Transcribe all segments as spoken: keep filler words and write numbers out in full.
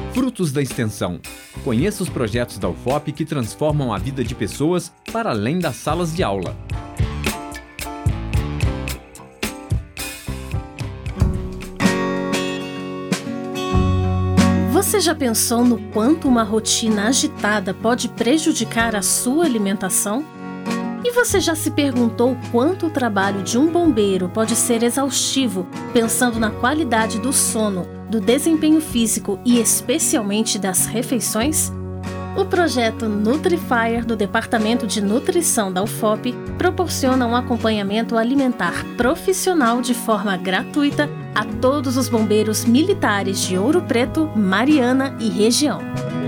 Frutos da Extensão. Conheça os projetos da U F O P que transformam a vida de pessoas para além das salas de aula. Você já pensou no quanto uma rotina agitada pode prejudicar a sua alimentação? E você já se perguntou quanto o trabalho de um bombeiro pode ser exaustivo, pensando na qualidade do sono, do desempenho físico e especialmente das refeições? O projeto NutriFire do Departamento de Nutrição da U F O P proporciona um acompanhamento alimentar profissional de forma gratuita a todos os bombeiros militares de Ouro Preto, Mariana e região.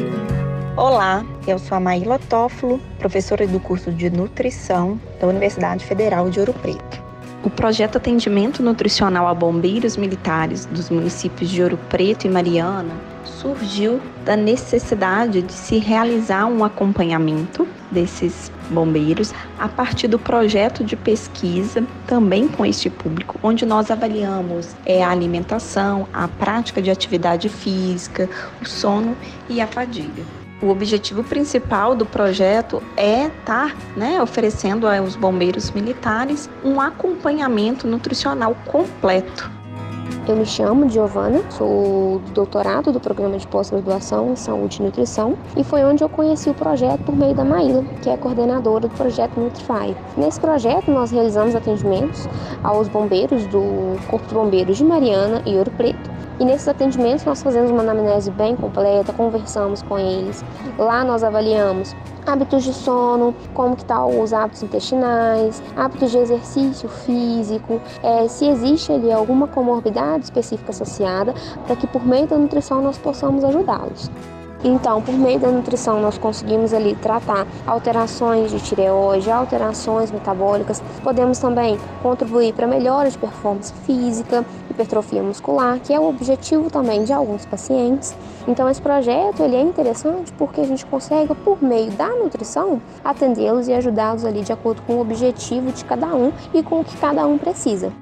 Olá, eu sou a Maíla Tófilo, professora do curso de Nutrição da Universidade Federal de Ouro Preto. O projeto Atendimento Nutricional a Bombeiros Militares dos municípios de Ouro Preto e Mariana surgiu da necessidade de se realizar um acompanhamento desses bombeiros a partir do projeto de pesquisa, também com este público, onde nós avaliamos é, a alimentação, a prática de atividade física, o sono e a fadiga. O objetivo principal do projeto é estar né, oferecendo aos bombeiros militares um acompanhamento nutricional completo. Eu me chamo Giovana, sou do doutorado do programa de pós-graduação em Saúde e Nutrição e foi onde eu conheci o projeto por meio da Maíla, que é a coordenadora do projeto NutriFire. Nesse projeto nós realizamos atendimentos aos bombeiros do Corpo de Bombeiros de Mariana e Ouro Preto. E nesses atendimentos nós fazemos uma anamnese bem completa, conversamos com eles. Lá nós avaliamos hábitos de sono, como que estão os hábitos intestinais, hábitos de exercício físico, é, se existe ali alguma comorbidade específica associada, para que por meio da nutrição nós possamos ajudá-los. Então, por meio da nutrição, nós conseguimos ali tratar alterações de tireoide, alterações metabólicas. Podemos também contribuir para melhora de performance física, hipertrofia muscular, que é o objetivo também de alguns pacientes. Então, esse projeto ele é interessante porque a gente consegue, por meio da nutrição, atendê-los e ajudá-los ali de acordo com o objetivo de cada um e com o que cada um precisa.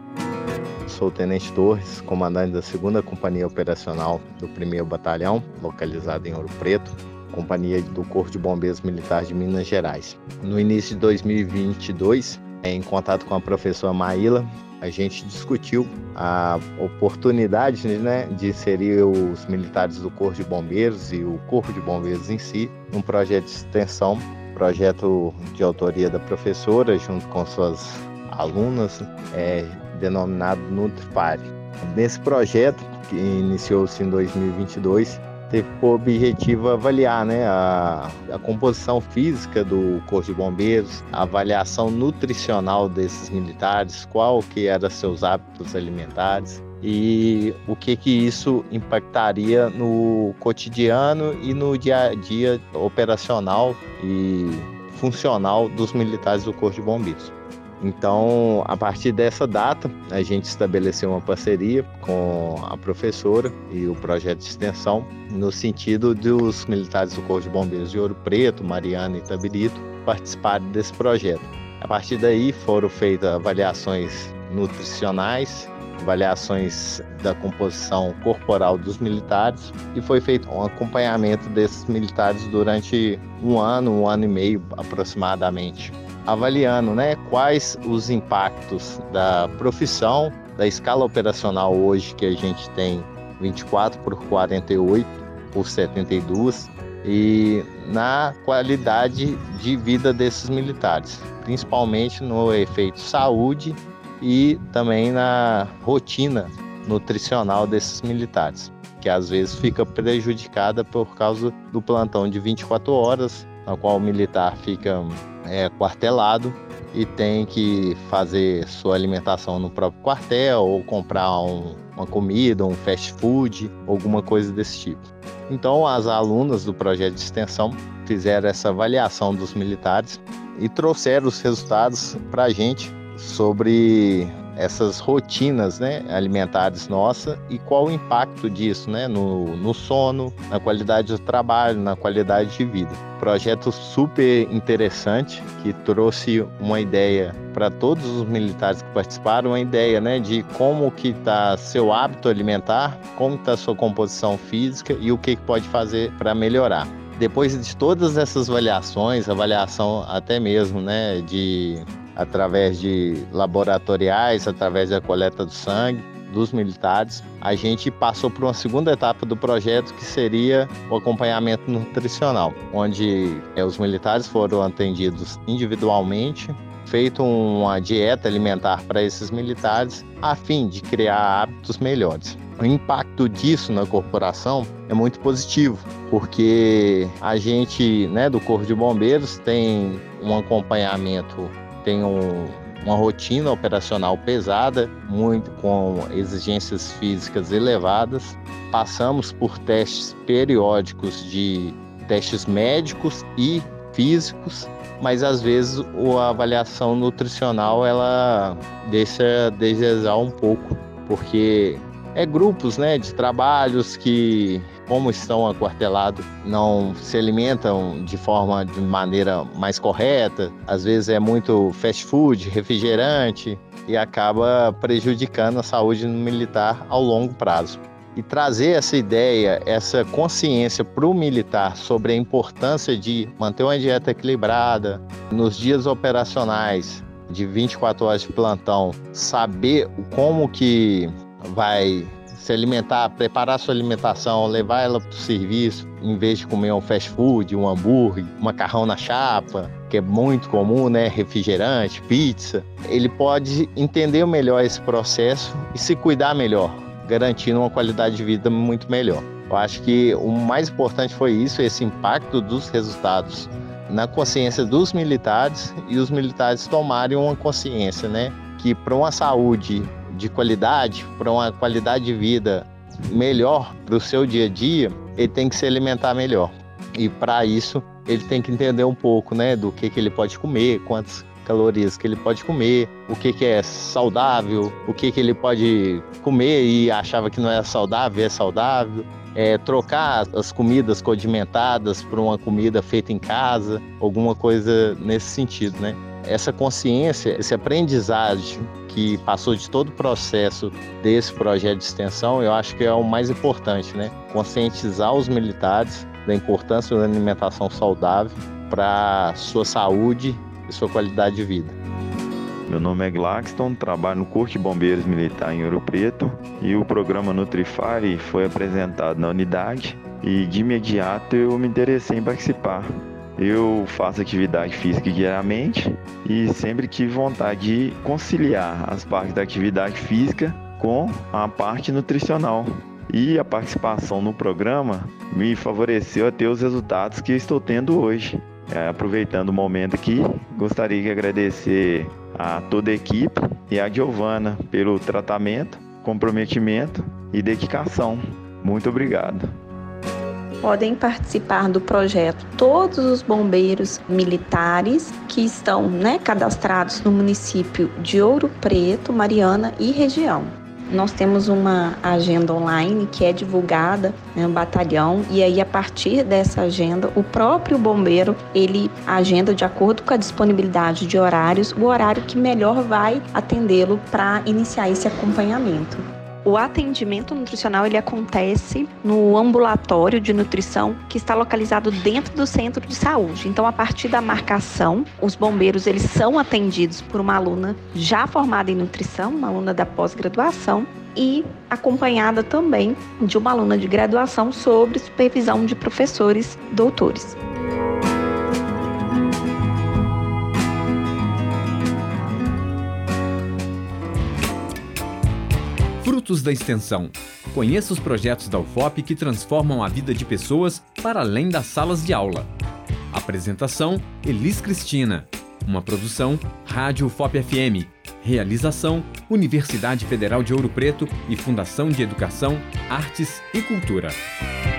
Sou o Tenente Torres, comandante da segunda Companhia Operacional do primeiro Batalhão, localizado em Ouro Preto, Companhia do Corpo de Bombeiros Militares de Minas Gerais. No início de dois mil e vinte e dois, em contato com a professora Maíla, a gente discutiu a oportunidade né, de inserir os militares do Corpo de Bombeiros e o Corpo de Bombeiros em si num projeto de extensão, projeto de autoria da professora junto com suas alunas, é, denominado NutriFire. Nesse projeto, que iniciou-se em dois mil e vinte e dois, teve por objetivo avaliar né, a, a composição física do Corpo de Bombeiros, a avaliação nutricional desses militares, qual que eram seus hábitos alimentares e o que que isso impactaria no cotidiano e no dia a dia operacional e funcional dos militares do Corpo de Bombeiros. Então, a partir dessa data, a gente estabeleceu uma parceria com a professora e o projeto de extensão, no sentido dos militares do Corpo de Bombeiros de Ouro Preto, Mariana e Itabirito participarem desse projeto. A partir daí, foram feitas avaliações nutricionais, avaliações da composição corporal dos militares e foi feito um acompanhamento desses militares durante um ano, um ano e meio aproximadamente, avaliando né, quais os impactos da profissão, da escala operacional hoje que a gente tem vinte e quatro por quarenta e oito por setenta e dois e na qualidade de vida desses militares, principalmente no efeito saúde e também na rotina nutricional desses militares, que às vezes fica prejudicada por causa do plantão de vinte e quatro horas, na qual o militar fica é, quartelado e tem que fazer sua alimentação no próprio quartel ou comprar um, uma comida, um fast food, alguma coisa desse tipo. Então, as alunas do projeto de extensão fizeram essa avaliação dos militares e trouxeram os resultados para a gente sobre essas rotinas, né, alimentares nossas e qual o impacto disso, né, no, no sono, na qualidade do trabalho, na qualidade de vida. Projeto super interessante que trouxe uma ideia para todos os militares que participaram, uma ideia, né, de como que está seu hábito alimentar, como está sua composição física e o que, que pode fazer para melhorar. Depois de todas essas avaliações, avaliação até mesmo, né, de através de laboratoriais, através da coleta do sangue dos militares, a gente passou por uma segunda etapa do projeto, que seria o acompanhamento nutricional, onde é, os militares foram atendidos individualmente, feito uma dieta alimentar para esses militares, a fim de criar hábitos melhores. O impacto disso na corporação é muito positivo, porque a gente, né, do Corpo de Bombeiros tem um acompanhamento, tem um, uma rotina operacional pesada, muito com exigências físicas elevadas. Passamos por testes periódicos de testes médicos e físicos, mas às vezes a avaliação nutricional ela deixa a desejar um pouco, porque é grupos, né, de trabalhos que, como estão aquartelados, não se alimentam de forma, de maneira mais correta. Às vezes é muito fast food, refrigerante, e acaba prejudicando a saúde do militar ao longo prazo. E trazer essa ideia, essa consciência para o militar sobre a importância de manter uma dieta equilibrada nos dias operacionais de vinte e quatro horas de plantão, saber como que vai se alimentar, preparar sua alimentação, levar ela para o serviço, em vez de comer um fast food, um hambúrguer, um macarrão na chapa, que é muito comum, né? Refrigerante, pizza. Ele pode entender melhor esse processo e se cuidar melhor, garantindo uma qualidade de vida muito melhor. Eu acho que o mais importante foi isso, esse impacto dos resultados na consciência dos militares, e os militares tomarem uma consciência, né? Que para uma saúde de qualidade, para uma qualidade de vida melhor para o seu dia a dia, ele tem que se alimentar melhor. E para isso, ele tem que entender um pouco, né, do que, que ele pode comer, quantas calorias que ele pode comer, o que, que é saudável, o que, que ele pode comer e achava que não era saudável, é saudável. É, trocar as comidas condimentadas por uma comida feita em casa, alguma coisa nesse sentido, né? Essa consciência, esse aprendizagem que passou de todo o processo desse projeto de extensão, eu acho que é o mais importante, né? Conscientizar os militares da importância da alimentação saudável para sua saúde e sua qualidade de vida. Meu nome é Glaxton, trabalho no Corpo de Bombeiros Militar em Ouro Preto, e o programa Nutrify foi apresentado na unidade e de imediato eu me interessei em participar. Eu faço atividade física diariamente e sempre tive vontade de conciliar as partes da atividade física com a parte nutricional. E a participação no programa me favoreceu a ter os resultados que estou tendo hoje. É, aproveitando o momento aqui, gostaria de agradecer a toda a equipe e a Giovana pelo tratamento, comprometimento e dedicação. Muito obrigado. Podem participar do projeto todos os bombeiros militares que estão, né, cadastrados no município de Ouro Preto, Mariana e região. Nós temos uma agenda online que é divulgada no batalhão, e aí a partir dessa agenda o próprio bombeiro ele agenda de acordo com a disponibilidade de horários o horário que melhor vai atendê-lo para iniciar esse acompanhamento. O atendimento nutricional ele acontece no ambulatório de nutrição que está localizado dentro do centro de saúde. Então, a partir da marcação, os bombeiros eles são atendidos por uma aluna já formada em nutrição, uma aluna da pós-graduação, e acompanhada também de uma aluna de graduação sob supervisão de professores doutores. Frutos da Extensão. Conheça os projetos da U F O P que transformam a vida de pessoas para além das salas de aula. Apresentação: Elis Cristina. Uma produção Rádio U F O P F M. Realização: Universidade Federal de Ouro Preto e Fundação de Educação, Artes e Cultura.